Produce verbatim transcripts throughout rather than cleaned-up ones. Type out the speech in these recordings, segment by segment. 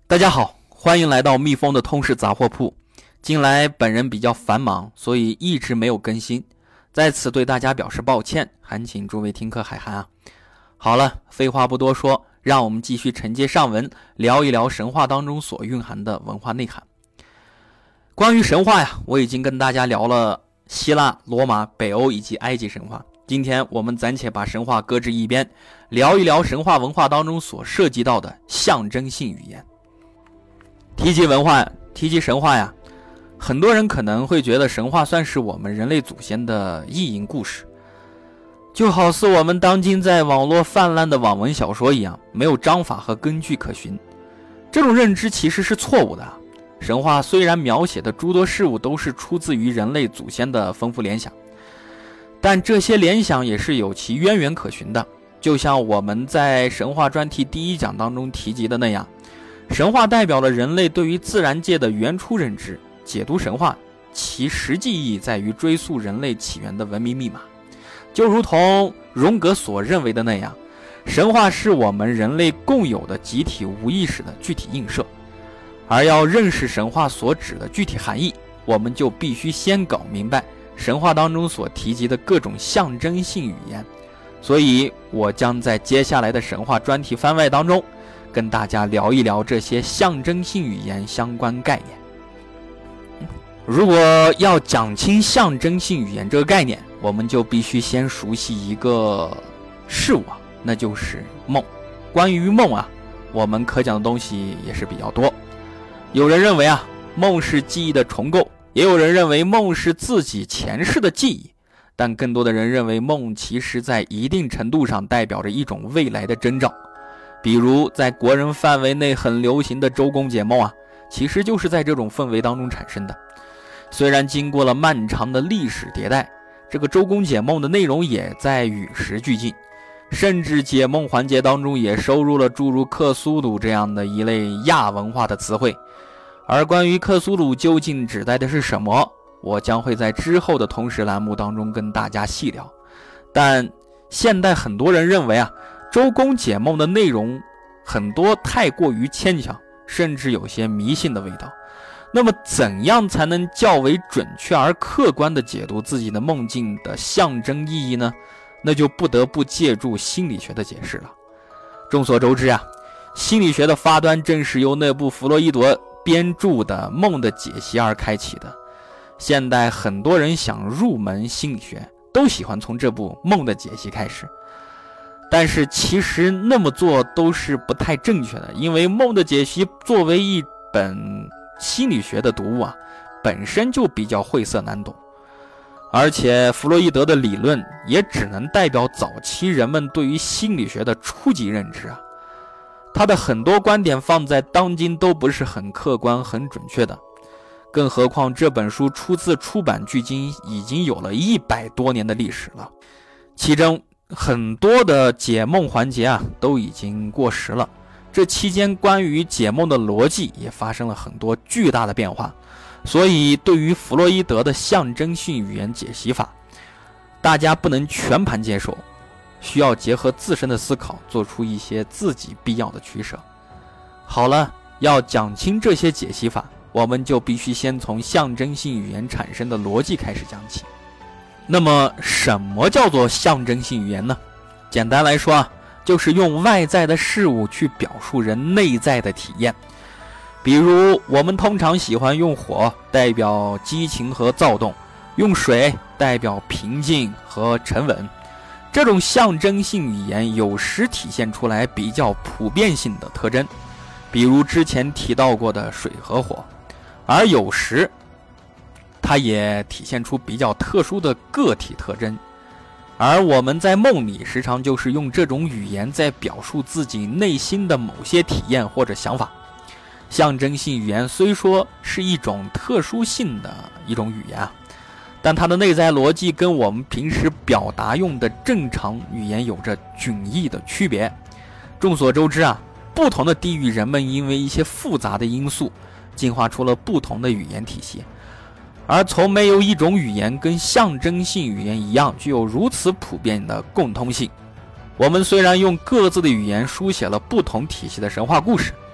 大家好，欢迎来到蜜蜂的通识杂货铺。近来本人比较繁忙，所以一直没有更新，在此对大家表示抱歉，还请诸位听课海涵啊。好了，废话不多说，让我们继续承接上文，聊一聊神话当中所蕴含的文化内涵。关于神话呀，我已经跟大家聊了希腊、罗马、北欧以及埃及神话。今天我们暂且把神话搁置一边，聊一聊神话文化当中所涉及到的象征性语言。提及文化，提及神话呀，很多人可能会觉得神话算是我们人类祖先的意淫故事，就好似我们当今在网络泛滥的网文小说一样，没有章法和根据可循。这种认知其实是错误的。神话虽然描写的诸多事物都是出自于人类祖先的丰富联想，但这些联想也是有其渊源可循的。就像我们在神话专题第一讲当中提及的那样，神话代表了人类对于自然界的原初认知，解读神话其实际意义在于追溯人类起源的文明密码。就如同荣格所认为的那样，神话是我们人类共有的集体无意识的具体映射，而要认识神话所指的具体含义，我们就必须先搞明白神话当中所提及的各种象征性语言。所以我将在接下来的神话专题番外当中跟大家聊一聊这些象征性语言相关概念。如果要讲清象征性语言这个概念，我们就必须先熟悉一个事物啊，那就是梦。关于梦啊，我们可讲的东西也是比较多。有人认为啊，梦是记忆的重构，也有人认为梦是自己前世的记忆，但更多的人认为梦其实在一定程度上代表着一种未来的征兆。比如在国人范围内很流行的周公解梦啊，其实就是在这种氛围当中产生的。虽然经过了漫长的历史迭代，这个周公解梦的内容也在与时俱进，甚至解梦环节当中也收入了诸如克苏鲁这样的一类亚文化的词汇。而关于克苏鲁究竟指代的是什么，我将会在之后的通识栏目当中跟大家细聊。但现代很多人认为啊，周公解梦的内容很多太过于牵强，甚至有些迷信的味道。那么怎样才能较为准确而客观地解读自己的梦境的象征意义呢？那就不得不借助心理学的解释了。众所周知啊，心理学的发端正是由那部弗洛伊德编著的《梦的解析》而开启的。现代很多人想入门心理学，都喜欢从这部《梦的解析》开始。但是其实那么做都是不太正确的，因为《梦的解析》作为一本心理学的读物啊，本身就比较晦涩难懂，而且弗洛伊德的理论也只能代表早期人们对于心理学的初级认知啊，他的很多观点放在当今都不是很客观很准确的，更何况这本书出自出版距今已经有了一百多年的历史了，其中很多的解梦环节啊都已经过时了。这期间关于解梦的逻辑也发生了很多巨大的变化，所以对于弗洛伊德的象征性语言解析法，大家不能全盘接受，需要结合自身的思考做出一些自己必要的取舍。好了，要讲清这些解析法，我们就必须先从象征性语言产生的逻辑开始讲起。那么什么叫做象征性语言呢？简单来说啊，就是用外在的事物去表述人内在的体验。比如我们通常喜欢用火代表激情和躁动，用水代表平静和沉稳。这种象征性语言有时体现出来比较普遍性的特征，比如之前提到过的水和火，而有时它也体现出比较特殊的个体特征。而我们在梦里时常就是用这种语言在表述自己内心的某些体验或者想法。象征性语言虽说是一种特殊性的一种语言啊，但它的内在逻辑跟我们平时表达用的正常语言有着迥异的区别。众所周知啊，不同的地域人们因为一些复杂的因素进化出了不同的语言体系，而从没有一种语言跟象征性语言一样具有如此普遍的共通性。我们虽然用各自的语言书写了不同体系的神话故事，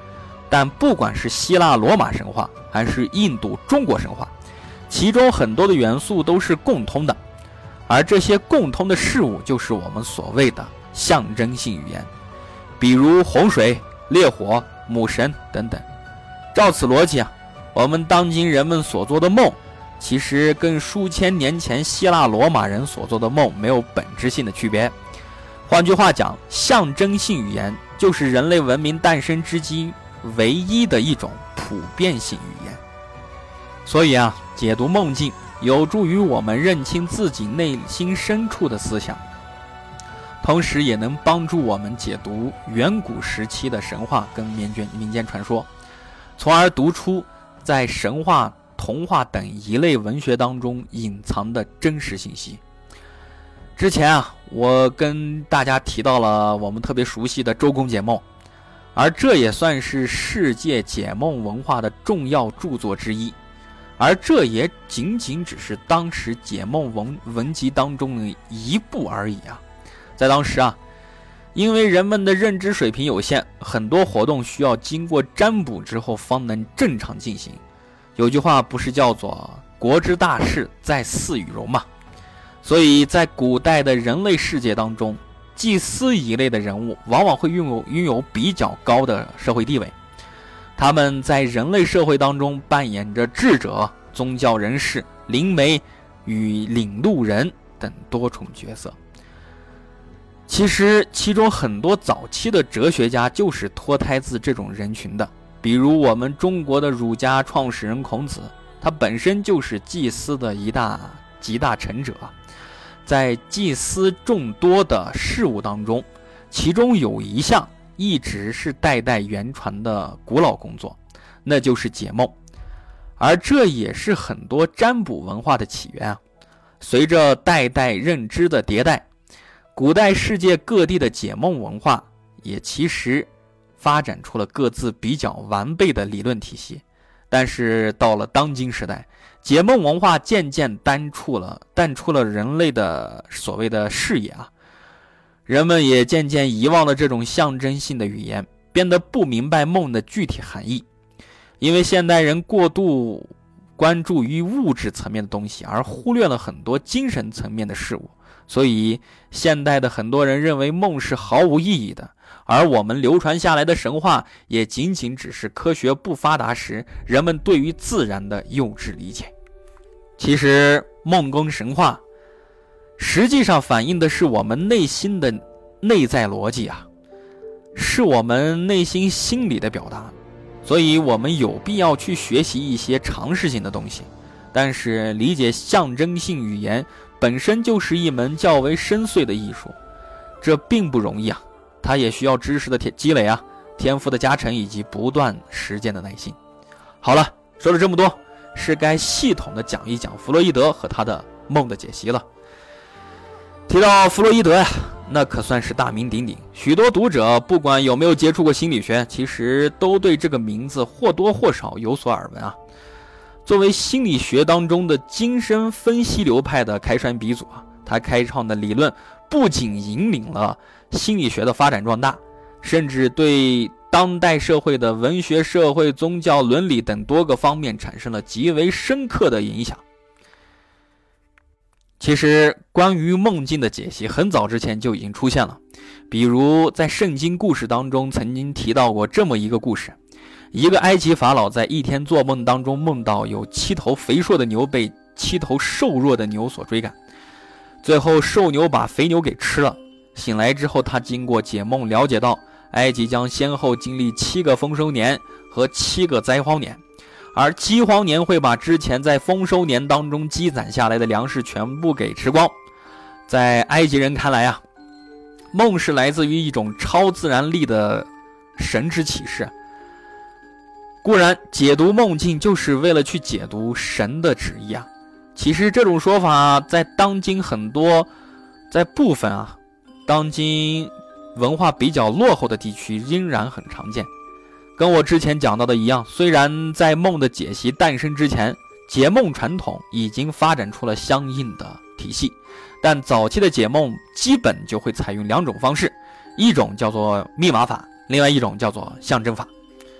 但不管是希腊罗马神话还是印度中国神话，其中很多的元素都是共通的，而这些共通的事物就是我们所谓的象征性语言，比如洪水、烈火、母神等等。照此逻辑啊，我们当今人们所做的梦，其实跟数千年前希腊罗马人所做的梦没有本质性的区别。换句话讲，象征性语言就是人类文明诞生之机唯一的一种普遍性语言。所以啊，解读梦境有助于我们认清自己内心深处的思想，同时也能帮助我们解读远古时期的神话跟民间民间传说，从而读出在神话、童话等一类文学当中隐藏的真实信息。之前啊，我跟大家提到了我们特别熟悉的周公解梦，而这也算是世界解梦文化的重要著作之一，而这也仅仅只是当时解梦文文集当中的一部而已啊。在当时啊，因为人们的认知水平有限，很多活动需要经过占卜之后方能正常进行。有句话不是叫做国之大事在祀与戎吗？所以在古代的人类世界当中，祭司一类的人物往往会拥有拥有比较高的社会地位，他们在人类社会当中扮演着智者、宗教人士、灵媒与领路人等多重角色。其实其中很多早期的哲学家就是脱胎自这种人群的，比如我们中国的儒家创始人孔子，他本身就是祭司的一大集大成者。在祭司众多的事物当中，其中有一项一直是代代原传的古老工作，那就是解梦，而这也是很多占卜文化的起源啊。随着代代认知的迭代，古代世界各地的解梦文化也其实发展出了各自比较完备的理论体系。但是到了当今时代，解梦文化渐渐淡出了淡出了人类的所谓的视野啊，人们也渐渐遗忘了这种象征性的语言，变得不明白梦的具体含义。因为现代人过度关注于物质层面的东西，而忽略了很多精神层面的事物，所以现代的很多人认为梦是毫无意义的，而我们流传下来的神话也仅仅只是科学不发达时人们对于自然的幼稚理解。其实梦跟神话实际上反映的是我们内心的内在逻辑啊，是我们内心心理的表达，所以我们有必要去学习一些常识性的东西。但是理解象征性语言本身就是一门较为深邃的艺术，这并不容易啊，它也需要知识的积累啊，天赋的加成以及不断实践的耐心。好了，说了这么多，是该系统的讲一讲弗洛伊德和他的梦的解析了。提到弗洛伊德呀，那可算是大名鼎鼎，许多读者不管有没有接触过心理学，其实都对这个名字或多或少有所耳闻啊。作为心理学当中的精神分析流派的开山鼻祖啊，他开创的理论不仅引领了心理学的发展壮大，甚至对当代社会的文学、社会、宗教、伦理等多个方面产生了极为深刻的影响。其实关于梦境的解析很早之前就已经出现了，比如在圣经故事当中曾经提到过这么一个故事，一个埃及法老在一天做梦当中梦到有七头肥硕的牛被七头瘦弱的牛所追赶，最后瘦牛把肥牛给吃了。醒来之后，他经过解梦了解到埃及将先后经历七个丰收年和七个灾荒年，而饥荒年会把之前在丰收年当中积攒下来的粮食全部给吃光。在埃及人看来啊，梦是来自于一种超自然力的神之启示，固然解读梦境就是为了去解读神的旨意啊，其实这种说法在当今很多在部分啊当今文化比较落后的地区仍然很常见。跟我之前讲到的一样，虽然在梦的解析诞生之前，解梦传统已经发展出了相应的体系，但早期的解梦基本就会采用两种方式，一种叫做密码法，另外一种叫做象征法。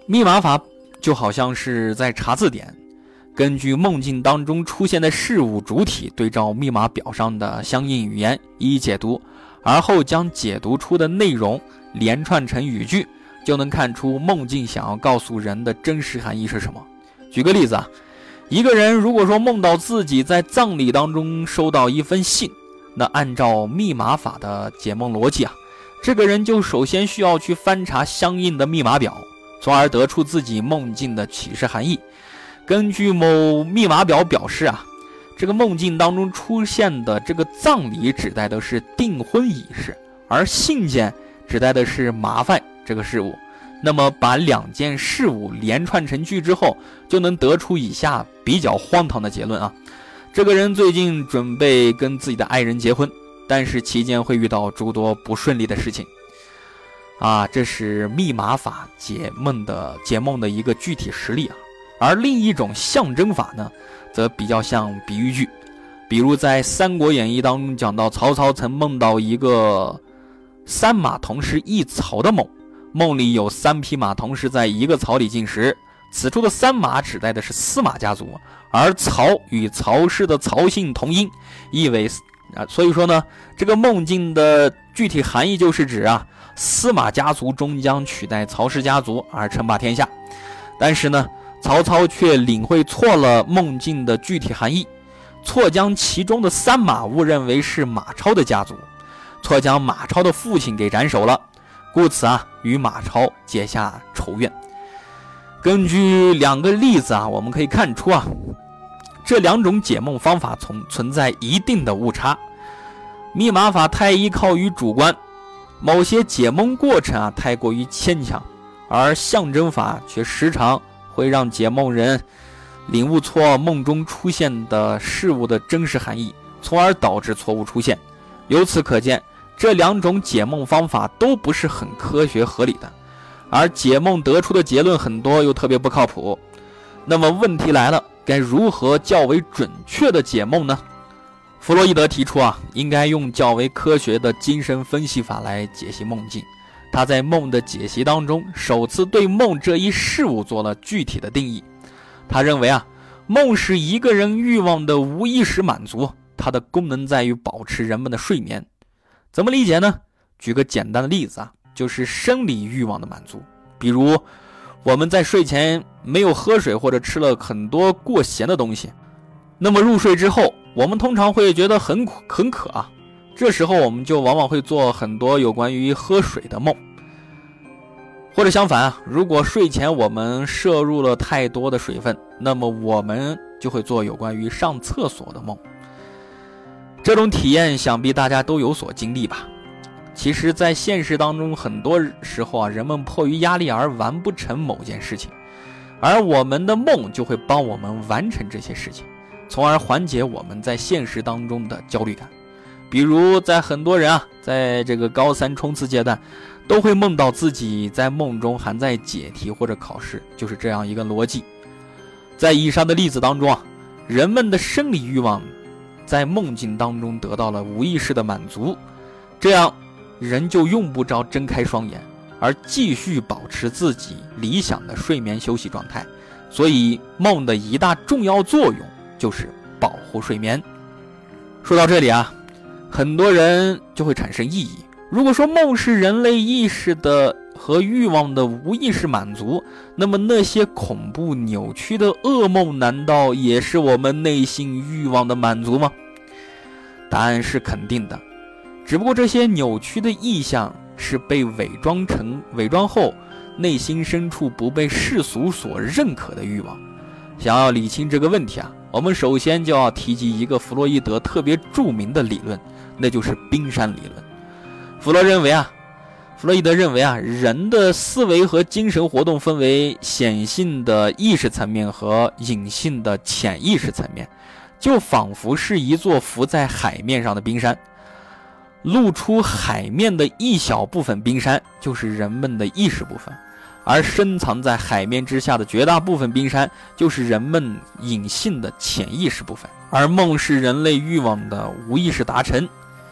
密码法就好像是在查字典，根据梦境当中出现的事物主体，对照密码表上的相应语言一一解读，而后将解读出的内容连串成语句，就能看出梦境想要告诉人的真实含义是什么。举个例子啊，一个人如果说梦到自己在葬礼当中收到一封信，那按照密码法的解梦逻辑啊，这个人就首先需要去翻查相应的密码表，从而得出自己梦境的启示含义。根据某密码表表示啊，这个梦境当中出现的这个葬礼指代的是订婚仪式，而信件指代的是麻烦这个事物。那么把两件事物连串成句之后，就能得出以下比较荒唐的结论啊。这个人最近准备跟自己的爱人结婚，但是期间会遇到诸多不顺利的事情啊，这是密码法解梦的解梦的一个具体实例啊。而另一种象征法呢，则比较像比喻句，比如在《三国演义》当中讲到，曹操曾梦到一个三马同时一槽的梦，梦里有三匹马同时在一个槽里进食，此处的三马指代的是司马家族，而曹与曹氏的曹姓同音，意为啊，所以说呢，这个梦境的具体含义就是指啊，司马家族终将取代曹氏家族而称霸天下。但是呢，曹操却领会错了梦境的具体含义，错将其中的三马误认为是马超的家族，错将马超的父亲给斩首了，故此啊，与马超结下仇怨。根据两个例子啊，我们可以看出啊，这两种解梦方法存存在一定的误差。密码法太依靠于主观，某些解梦过程啊太过于牵强，而象征法却时常会让解梦人领悟错梦中出现的事物的真实含义，从而导致错误出现。由此可见，这两种解梦方法都不是很科学合理的，而解梦得出的结论很多又特别不靠谱。那么问题来了，该如何较为准确的解梦呢？弗洛伊德提出啊，应该用较为科学的精神分析法来解析梦境。他在梦的解析当中，首次对梦这一事物做了具体的定义。他认为啊，梦是一个人欲望的无意识满足，它的功能在于保持人们的睡眠。怎么理解呢？举个简单的例子啊，就是生理欲望的满足。比如我们在睡前没有喝水或者吃了很多过咸的东西，那么入睡之后，我们通常会觉得很很渴啊，这时候我们就往往会做很多有关于喝水的梦。或者相反啊，如果睡前我们摄入了太多的水分，那么我们就会做有关于上厕所的梦。这种体验想必大家都有所经历吧。其实在现实当中，很多时候啊，人们迫于压力而完不成某件事情，而我们的梦就会帮我们完成这些事情，从而缓解我们在现实当中的焦虑感。比如在很多人啊，在这个高三冲刺阶段，都会梦到自己在梦中还在解题或者考试，就是这样一个逻辑。在以上的例子当中啊，人们的生理欲望在梦境当中得到了无意识的满足，这样人就用不着睁开双眼，而继续保持自己理想的睡眠休息状态。所以梦的一大重要作用就是保护睡眠。说到这里啊，很多人就会产生异议，如果说梦是人类意识的和欲望的无意识满足，那么那些恐怖扭曲的噩梦难道也是我们内心欲望的满足吗？答案是肯定的，只不过这些扭曲的意象是被伪装成伪装后内心深处不被世俗所认可的欲望。想要理清这个问题啊，我们首先就要提及一个弗洛伊德特别著名的理论，那就是冰山理论。弗洛认为啊，弗洛伊德认为啊，人的思维和精神活动分为显性的意识层面和隐性的潜意识层面，就仿佛是一座浮在海面上的冰山，露出海面的一小部分冰山就是人们的意识部分，而深藏在海面之下的绝大部分冰山就是人们隐性的潜意识部分。而梦是人类欲望的无意识达成，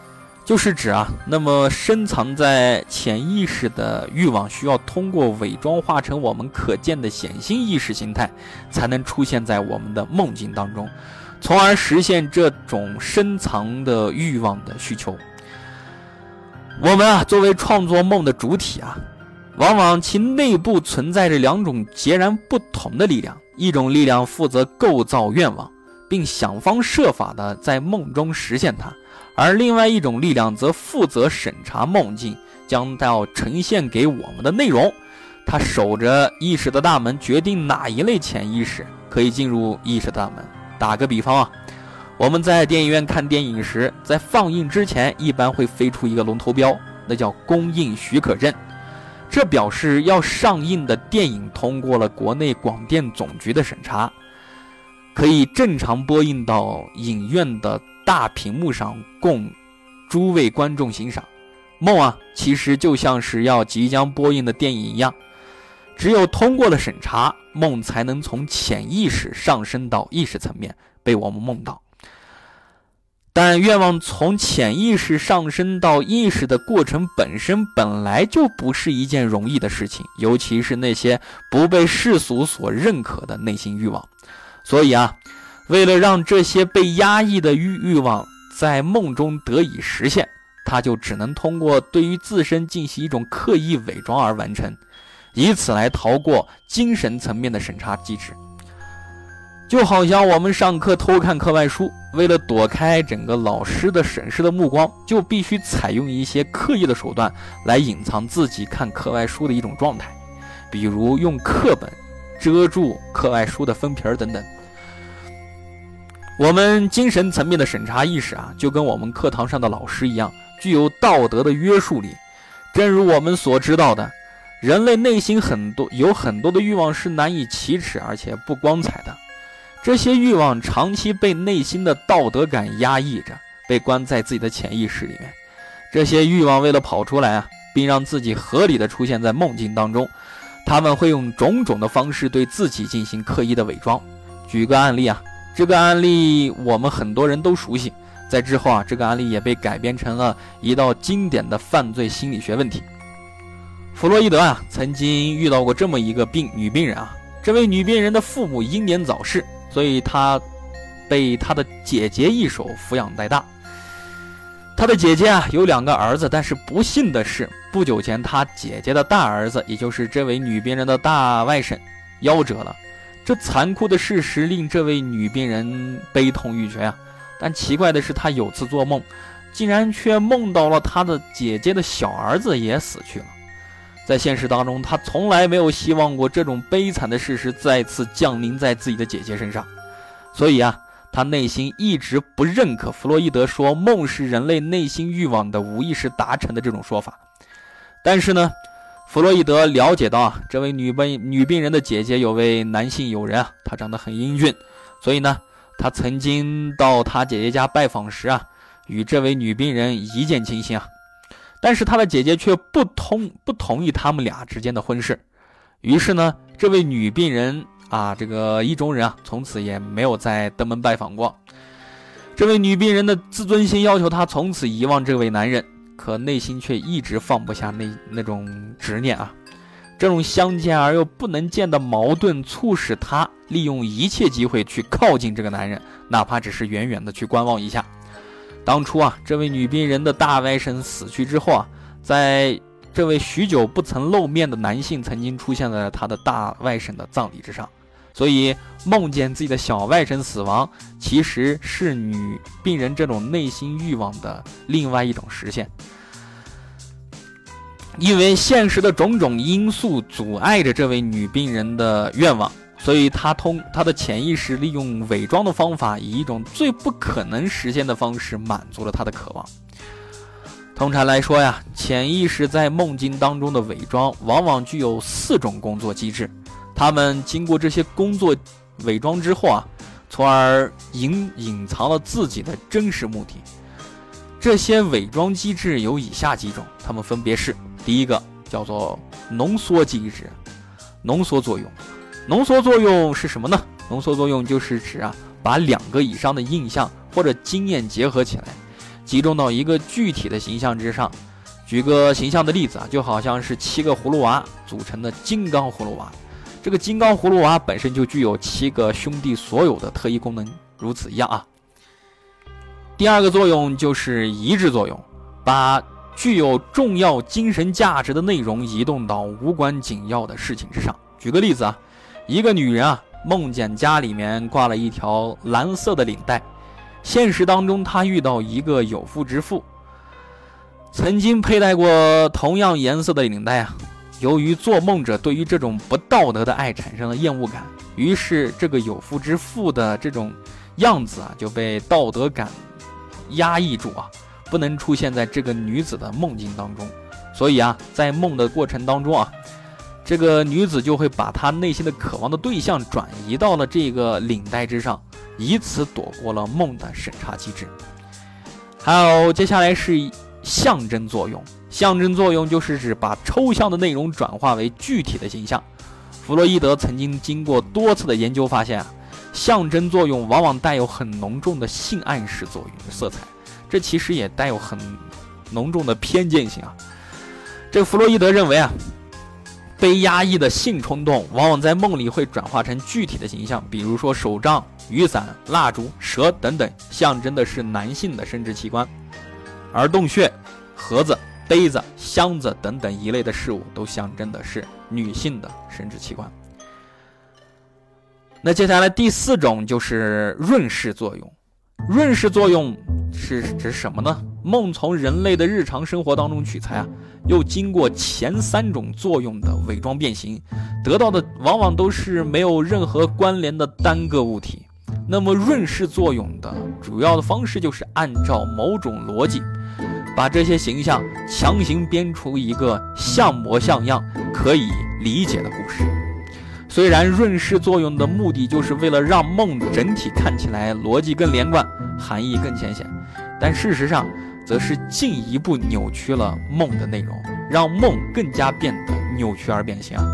就是指啊，那么深藏在潜意识的欲望需要通过伪装化成我们可见的显性意识形态，才能出现在我们的梦境当中，从而实现这种深藏的欲望的需求。我们啊，作为创作梦的主体啊，往往其内部存在着两种截然不同的力量，一种力量负责构造愿望，并想方设法的在梦中实现它，而另外一种力量则负责审查梦境将要呈现给我们的内容。它守着意识的大门，决定哪一类潜意识可以进入意识的大门。打个比方啊，我们在电影院看电影时，在放映之前一般会飞出一个龙头标，那叫公映许可证。这表示要上映的电影通过了国内广电总局的审查，可以正常播映到影院的大屏幕上供诸位观众欣赏。梦啊，其实就像是要即将播映的电影一样，只有通过了审查，梦才能从潜意识上升到意识层面被我们梦到。但愿望从潜意识上升到意识的过程本身本来就不是一件容易的事情，尤其是那些不被世俗所认可的内心欲望。所以啊，为了让这些被压抑的欲欲望在梦中得以实现，它就只能通过对于自身进行一种刻意伪装而完成，以此来逃过精神层面的审查机制。就好像我们上课偷看课外书，为了躲开整个老师的审视的目光，就必须采用一些刻意的手段来隐藏自己看课外书的一种状态，比如用课本遮住课外书的封皮等等。我们精神层面的审查意识啊，就跟我们课堂上的老师一样，具有道德的约束力。正如我们所知道的，人类内心很多有很多的欲望是难以启齿而且不光彩的，这些欲望长期被内心的道德感压抑着，被关在自己的潜意识里面。这些欲望为了跑出来啊，并让自己合理的出现在梦境当中，他们会用种种的方式对自己进行刻意的伪装。举个案例啊，这个案例我们很多人都熟悉，在之后啊，这个案例也被改编成了一道经典的犯罪心理学问题。弗洛伊德啊，曾经遇到过这么一个病女病人啊，这位女病人的父母英年早逝，所以她被她的姐姐一手抚养带大。她的姐姐啊有两个儿子，但是不幸的是，不久前她姐姐的大儿子，也就是这位女病人的大外甥夭折了。这残酷的事实令这位女病人悲痛欲绝啊！但奇怪的是，她有次做梦，竟然却梦到了她的姐姐的小儿子也死去了。在现实当中，她从来没有希望过这种悲惨的事实再次降临在自己的姐姐身上，所以啊，她内心一直不认可弗洛伊德说梦是人类内心欲望的无意识达成的这种说法。但是呢，弗洛伊德了解到啊，这位女病女病人的姐姐有位男性友人啊，他长得很英俊，所以呢，他曾经到他姐姐家拜访时啊，与这位女病人一见倾心啊。但是他的姐姐却不同不同意他们俩之间的婚事，于是呢，这位女病人啊，这个意中人啊，从此也没有再登门拜访过。这位女病人的自尊心要求她从此遗忘这位男人，可内心却一直放不下那那种执念啊。这种相见而又不能见的矛盾，促使她利用一切机会去靠近这个男人，哪怕只是远远的去观望一下。当初啊，这位女病人的大外甥死去之后啊，在这位许久不曾露面的男性曾经出现在他的大外甥的葬礼之上，所以梦见自己的小外甥死亡，其实是女病人这种内心欲望的另外一种实现。因为现实的种种因素阻碍着这位女病人的愿望，所以她通她的潜意识利用伪装的方法，以一种最不可能实现的方式满足了她的渴望。通常来说呀，潜意识在梦境当中的伪装往往具有四种工作机制，他们经过这些工作伪装之后啊，从而隐隐藏了自己的真实目的。这些伪装机制有以下几种，它们分别是：第一个叫做浓缩机制，浓缩作用。浓缩作用是什么呢？浓缩作用就是指啊，把两个以上的印象或者经验结合起来， 集中到一个具体的形象之上。举个形象的例子啊，就好像是七个葫芦娃组成的金刚葫芦娃，这个金刚葫芦娃本身就具有七个兄弟所有的特异功能，如此一样啊。第二个作用就是移植作用，把具有重要精神价值的内容移动到无关紧要的事情之上。举个例子啊，一个女人啊，梦见家里面挂了一条蓝色的领带，现实当中她遇到一个有妇之夫，曾经佩戴过同样颜色的领带啊，由于做梦者对于这种不道德的爱产生了厌恶感，于是这个有妇之夫的这种样子啊就被道德感压抑住啊，不能出现在这个女子的梦境当中。所以啊，在梦的过程当中啊，这个女子就会把她内心的渴望的对象转移到了这个领带之上，以此躲过了梦的审查机制。还有接下来是象征作用，象征作用就是指把抽象的内容转化为具体的形象。弗洛伊德曾经经过多次的研究发现啊，象征作用往往带有很浓重的性暗示作用的色彩，这其实也带有很浓重的偏见性啊。这个弗洛伊德认为啊，被压抑的性冲动往往在梦里会转化成具体的形象，比如说手杖、雨伞、蜡烛、蛇等等，象征的是男性的生殖器官，而洞穴、盒子、杯子、箱子等等一类的事物都象征的是女性的生殖器官。那接下来第四种就是润饰作用。润饰作用是指什么呢？梦从人类的日常生活当中取材啊，又经过前三种作用的伪装变形，得到的往往都是没有任何关联的单个物体。那么润饰作用的主要的方式就是按照某种逻辑，把这些形象强行编出一个像模像样可以理解的故事。虽然润饰作用的目的就是为了让梦整体看起来逻辑更连贯，含义更浅显，但事实上则是进一步扭曲了梦的内容，让梦更加变得扭曲而变形啊。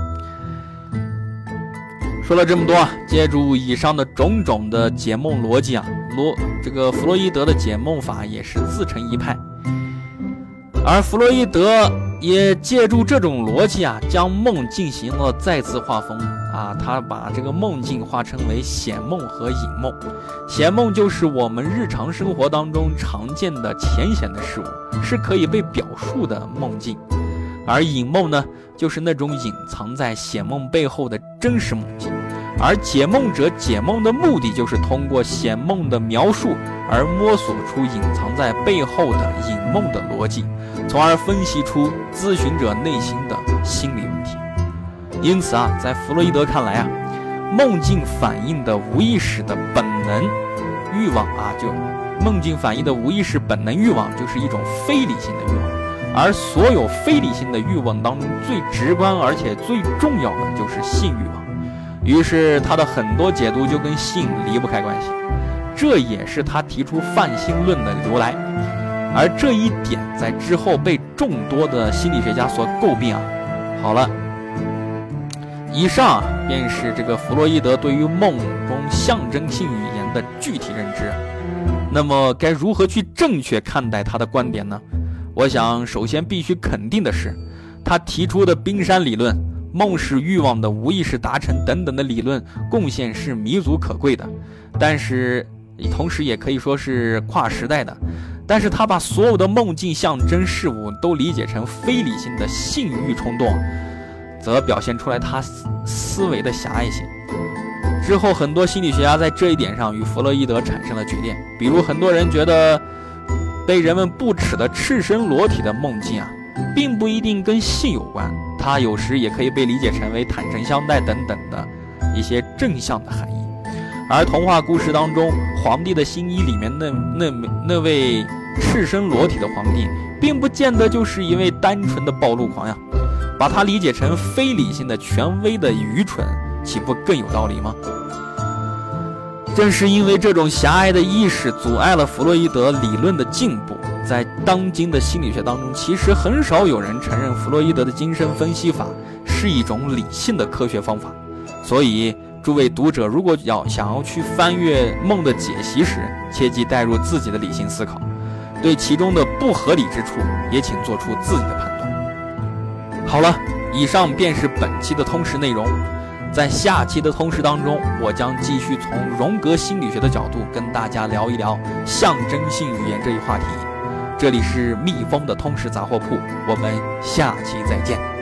说了这么多啊，借助以上的种种的解梦逻辑啊，罗这个弗洛伊德的解梦法也是自成一派，而弗洛伊德也借助这种逻辑啊，将梦进行了再次划分啊，他把这个梦境划成为显梦和隐梦。显梦就是我们日常生活当中常见的浅显的事物，是可以被表述的梦境，而隐梦呢，就是那种隐藏在显梦背后的真实梦境。而解梦者解梦的目的就是通过显梦的描述而摸索出隐藏在背后的隐梦的逻辑，从而分析出咨询者内心的心理问题。因此啊，在弗洛伊德看来啊，梦境反映的无意识的本能欲望啊，就梦境反映的无意识本能欲望就是一种非理性的欲望，而所有非理性的欲望当中最直观而且最重要的就是性欲望。于是他的很多解读就跟性离不开关系，这也是他提出泛性论的由来。而这一点在之后被众多的心理学家所诟病啊。好了，以上啊便是这个弗洛伊德对于梦中象征性语言的具体认知。那么该如何去正确看待他的观点呢？我想首先必须肯定的是，他提出的冰山理论、梦是欲望的无意识达成等等的理论贡献是弥足可贵的，但是同时也可以说是跨时代的。但是他把所有的梦境象征事物都理解成非理性的性欲冲动，则表现出来他思维的狭隘性。之后很多心理学家在这一点上与弗洛伊德产生了决裂，比如很多人觉得被人们不耻的赤身裸体的梦境啊，并不一定跟性有关，它有时也可以被理解成为坦诚相待等等的一些正向的含义。而童话故事当中皇帝的新衣里面那那那位赤身裸体的皇帝，并不见得就是一位单纯的暴露狂呀，把它理解成非理性的权威的愚蠢，岂不更有道理吗？正是因为这种狭隘的意识阻碍了弗洛伊德理论的进步，在当今的心理学当中，其实很少有人承认弗洛伊德的精神分析法是一种理性的科学方法。所以诸位读者如果要想要去翻阅梦的解析时，切忌带入自己的理性思考。 对其中的不合理之处也请做出自己的判断。好了，以上便是本期的通识内容。在下期的通识当中，我将继续从荣格心理学的角度跟大家聊一聊象征性语言这一话题。这里是蜜蜂的通识杂货铺，我们下期再见。